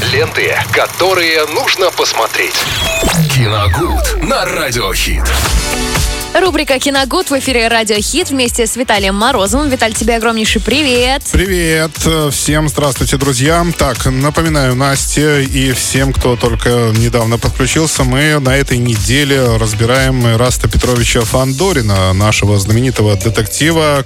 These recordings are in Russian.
Ленты, которые нужно посмотреть. Киногуд на Радиохит. Рубрика «Киногуд» в эфире «Радио Хит» вместе с Виталием Морозовым. Виталий, тебе огромнейший привет. Привет. Всем здравствуйте, друзья. Так, напоминаю Насте и всем, кто только недавно подключился, мы на этой неделе разбираем Ираста Петровича Фандорина, нашего знаменитого детектива,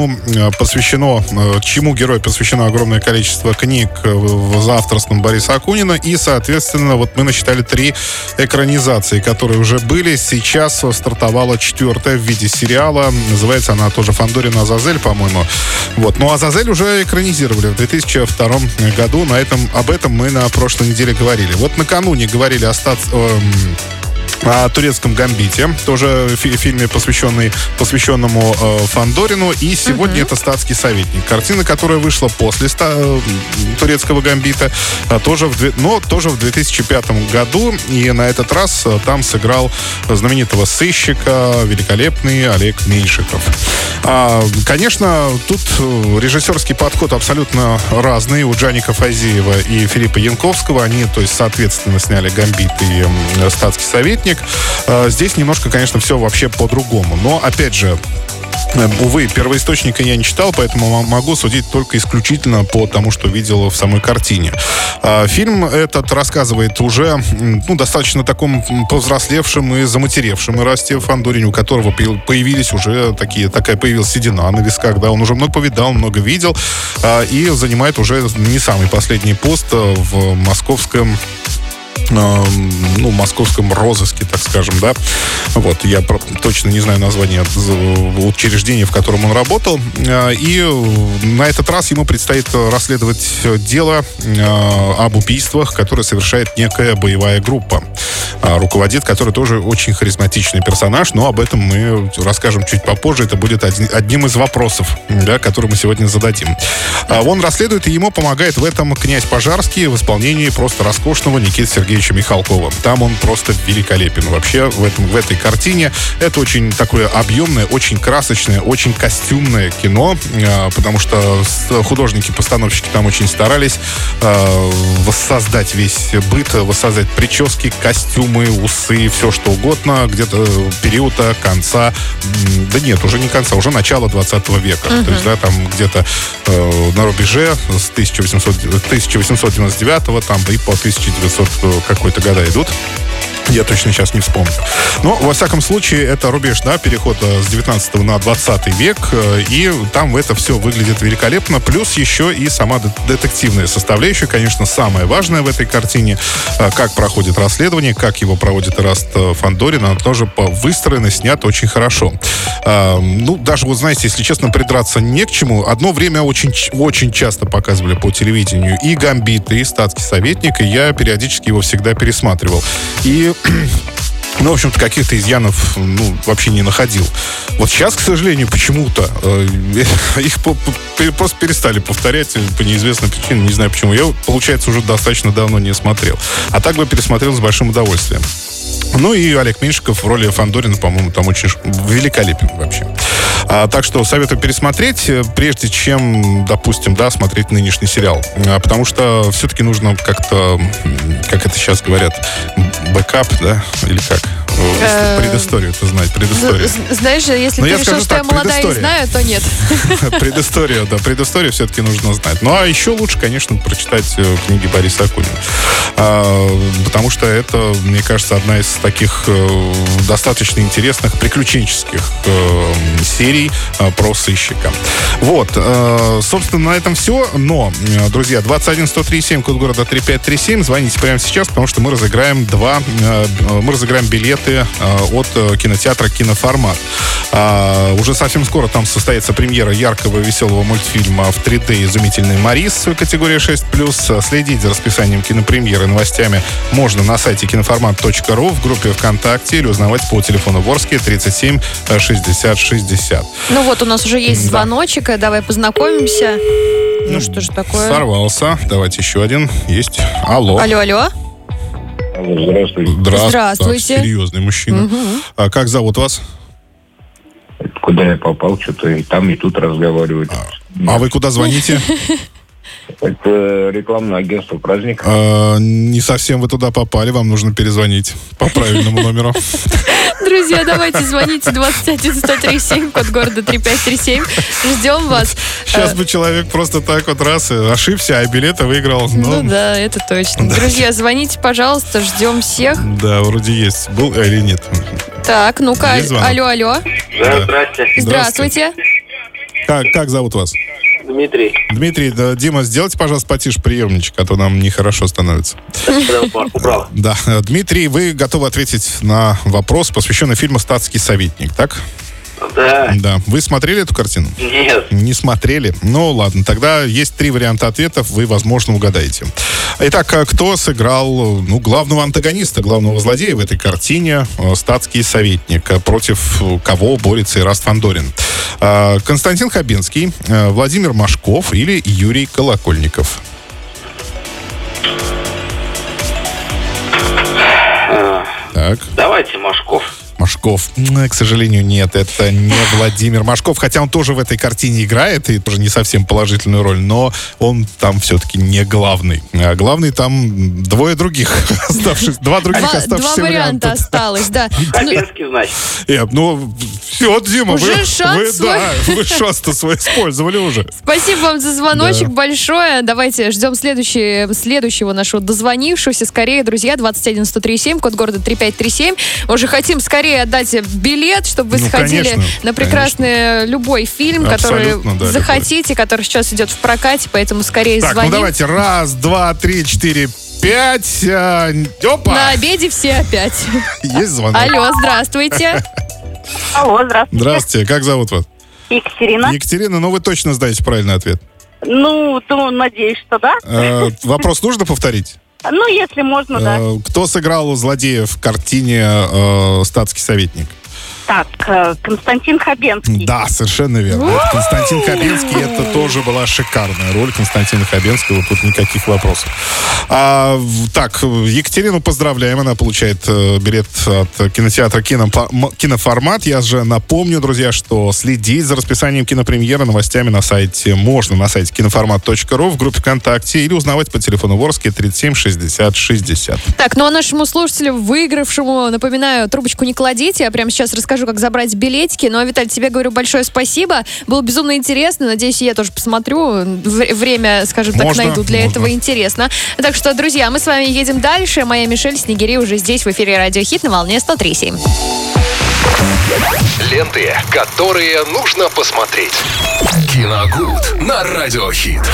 чему герою посвящено огромное количество книг за авторством Бориса Акунина. И, соответственно, вот мы насчитали 3 экранизации, которые уже были. Сейчас стартовала 4-я в виде сериала. Называется она тоже «Фандорин Азазель», по-моему. Вот. Но Азазель уже экранизировали в 2002 году. Об этом мы на прошлой неделе говорили. Вот накануне говорили о турецком «Гамбите», тоже фильме, посвященному Фандорину. И сегодня это «Статский советник». Картина, которая вышла после турецкого «Гамбита», тоже в 2005 году. И на этот раз там сыграл знаменитого сыщика, великолепный Олег Меньшиков. Конечно, тут режиссерский подход абсолютно разный. У Джаника Фазеева и Филиппа Янковского. Они, то есть, соответственно, сняли «Гамбит» и «Статский советник». Здесь немножко, конечно, все вообще по-другому. Но, опять же, увы, первоисточника я не читал, поэтому могу судить только исключительно по тому, что видел в самой картине. Фильм этот рассказывает уже достаточно таком повзрослевшем и заматеревшем Ирасте Фандорине, у которого появилась седина на висках, да, он уже много повидал, много видел, и занимает уже не самый последний пост в московском розыске, так скажем, да. Вот, я точно не знаю название учреждения, в котором он работал. И на этот раз ему предстоит расследовать дело об убийствах, которое совершает некая боевая группа. Руководит, который тоже очень харизматичный персонаж, но об этом мы расскажем чуть попозже. Это будет одним из вопросов, да, который мы сегодня зададим. Он расследует, и ему помогает в этом князь Пожарский в исполнении просто роскошного Никиты Сергеевича Михалкова. Там он просто великолепен вообще в этой картине. Это очень такое объемное, очень красочное, очень костюмное кино, потому что художники-постановщики там очень старались воссоздать весь быт, воссоздать прически, костюмы, усы, все что угодно, где-то периода конца, да нет, уже не конца, уже начала 20 века. То есть, да, там где-то на рубеже с 1899 там и по 1900 какой-то года идут. Я точно сейчас не вспомню. Но, во всяком случае, это рубеж, да, переход с 19 на 20 век, и там это все выглядит великолепно, плюс еще и сама детективная составляющая, конечно, самое важное в этой картине, как проходит расследование, как его проводит Ираст Фандорин, она тоже выстроена, снята очень хорошо. Даже, вот знаете, если честно, придраться не к чему. Одно время очень часто показывали по телевидению и «Гамбит», и «Статский советник», и я периодически его всегда пересматривал. И в общем-то, каких-то изъянов вообще не находил. Вот сейчас, к сожалению, почему-то их просто перестали повторять по неизвестной причине, не знаю почему. Я, получается, уже достаточно давно не смотрел. А так бы пересмотрел с большим удовольствием. И Олег Меньшиков в роли Фандорина, по-моему, там очень великолепен вообще. Так что советую пересмотреть, прежде чем, допустим, смотреть нынешний сериал. Потому что все-таки нужно как-то, как это сейчас говорят, бэкап, да? Или как? Предысторию-то знать, предысторию. Знаешь, если ты решил, что я молодая и знаю, то нет. Предысторию все-таки нужно знать. А еще лучше, конечно, прочитать книги Бориса Акунина. Потому что это, мне кажется, одна из таких достаточно интересных приключенческих серий про сыщика. Вот. Собственно, на этом все. Но, друзья, 21-103-7, код города 3537. Звоните прямо сейчас, потому что мы разыграем билеты от кинотеатра «Киноформат». Уже совсем скоро там состоится премьера яркого и веселого мультфильма в 3D «Изумительный Морис» категория 6+. Следить за расписанием кинопремьеры и новостями можно на сайте киноформат.ру, в группе ВКонтакте или узнавать по телефону Ворске 37 60 60. У нас уже есть звоночек, давай познакомимся. Что же такое? Сорвался. Давайте еще один. Есть. Алло. Алло. Здравствуйте. Здравствуйте. Так, серьезный мужчина. А как зовут вас? Куда я попал, что-то и там, и тут разговаривают. А вы куда звоните? Это рекламное агентство «Праздник». Не совсем вы туда попали, вам нужно перезвонить по правильному номеру. Друзья, давайте звоните 21-103-7, код города 3537. Ждем вас. Сейчас бы человек просто так вот раз ошибся, а билеты выиграл. Ну да, это точно. Да. Друзья, звоните, пожалуйста, ждем всех. Да, вроде есть. Был или нет? Так, ну-ка, Есть звонок? алло. Да, здрасте. Здравствуйте. Как зовут вас? Дмитрий. Дмитрий, да, Дима, сделайте, пожалуйста, потише приемничек, а то нам нехорошо становится. Убрал. Да, Дмитрий, вы готовы ответить на вопрос, посвященный фильму «Статский советник», так? Да. Да. Вы смотрели эту картину? Нет. Не смотрели? Ну, ладно, тогда есть 3 варианта ответов, вы, возможно, угадаете. Итак, кто сыграл, главного антагониста, главного злодея в этой картине «Статский советник», против кого борется Ираст Фандорин? Константин Хабенский, Владимир Машков или Юрий Колокольников? Так. Давайте Машков. Машков. К сожалению, нет, это не Владимир Машков, хотя он тоже в этой картине играет, и тоже не совсем положительную роль, но он там все-таки не главный. А главный там 2 других оставшихся. 2 варианта варианта. осталось, да. Хабенский, значит. Все, Дима, Уже шанс свой. вы шанс-то свой использовали уже. Спасибо вам за звоночек большое. Давайте ждем следующего нашего дозвонившегося. Скорее, друзья, 21-103-7, код города 3537. Уже хотим скорее отдать билет, чтобы вы сходили конечно, на прекрасный любой фильм, который да, захотите, любой. который сейчас идет в прокате, поэтому скорее Так, звоним. давайте. 1, 2, 3, 4, 5. Опа! На обеде все опять. Есть звонок. Алло, здравствуйте. Алло, здравствуйте. Здравствуйте, как зовут вас? Екатерина. Екатерина, вы точно знаете правильный ответ. Надеюсь, что да. Вопрос нужно повторить? Если можно, да. Кто сыграл злодея в картине «Статский советник»? Так, Константин Хабенский. Да, совершенно верно. Это Константин Хабенский, это тоже была шикарная роль Константина Хабенского, тут никаких вопросов. Так, Екатерину поздравляем, она получает билет от кинотеатра «Киноформат». Я же напомню, друзья, что следить за расписанием кинопремьеры, новостями можно на сайте киноформат.ру, в группе ВКонтакте или узнавать по телефону Ворске 37 60 60. Так, а нашему слушателю, выигравшему, напоминаю, трубочку не кладите, я прямо сейчас расскажу, как забрать билетики. Ну, а, Виталь, тебе говорю большое спасибо. Было безумно интересно. Надеюсь, я тоже посмотрю. Время, скажем так, найду для этого интересно. Так что, друзья, мы с вами едем дальше. Моя Мишель Снегири уже здесь, в эфире Радио Хит на волне 103.7. Ленты, которые нужно посмотреть. Киногуд на Радио Хит.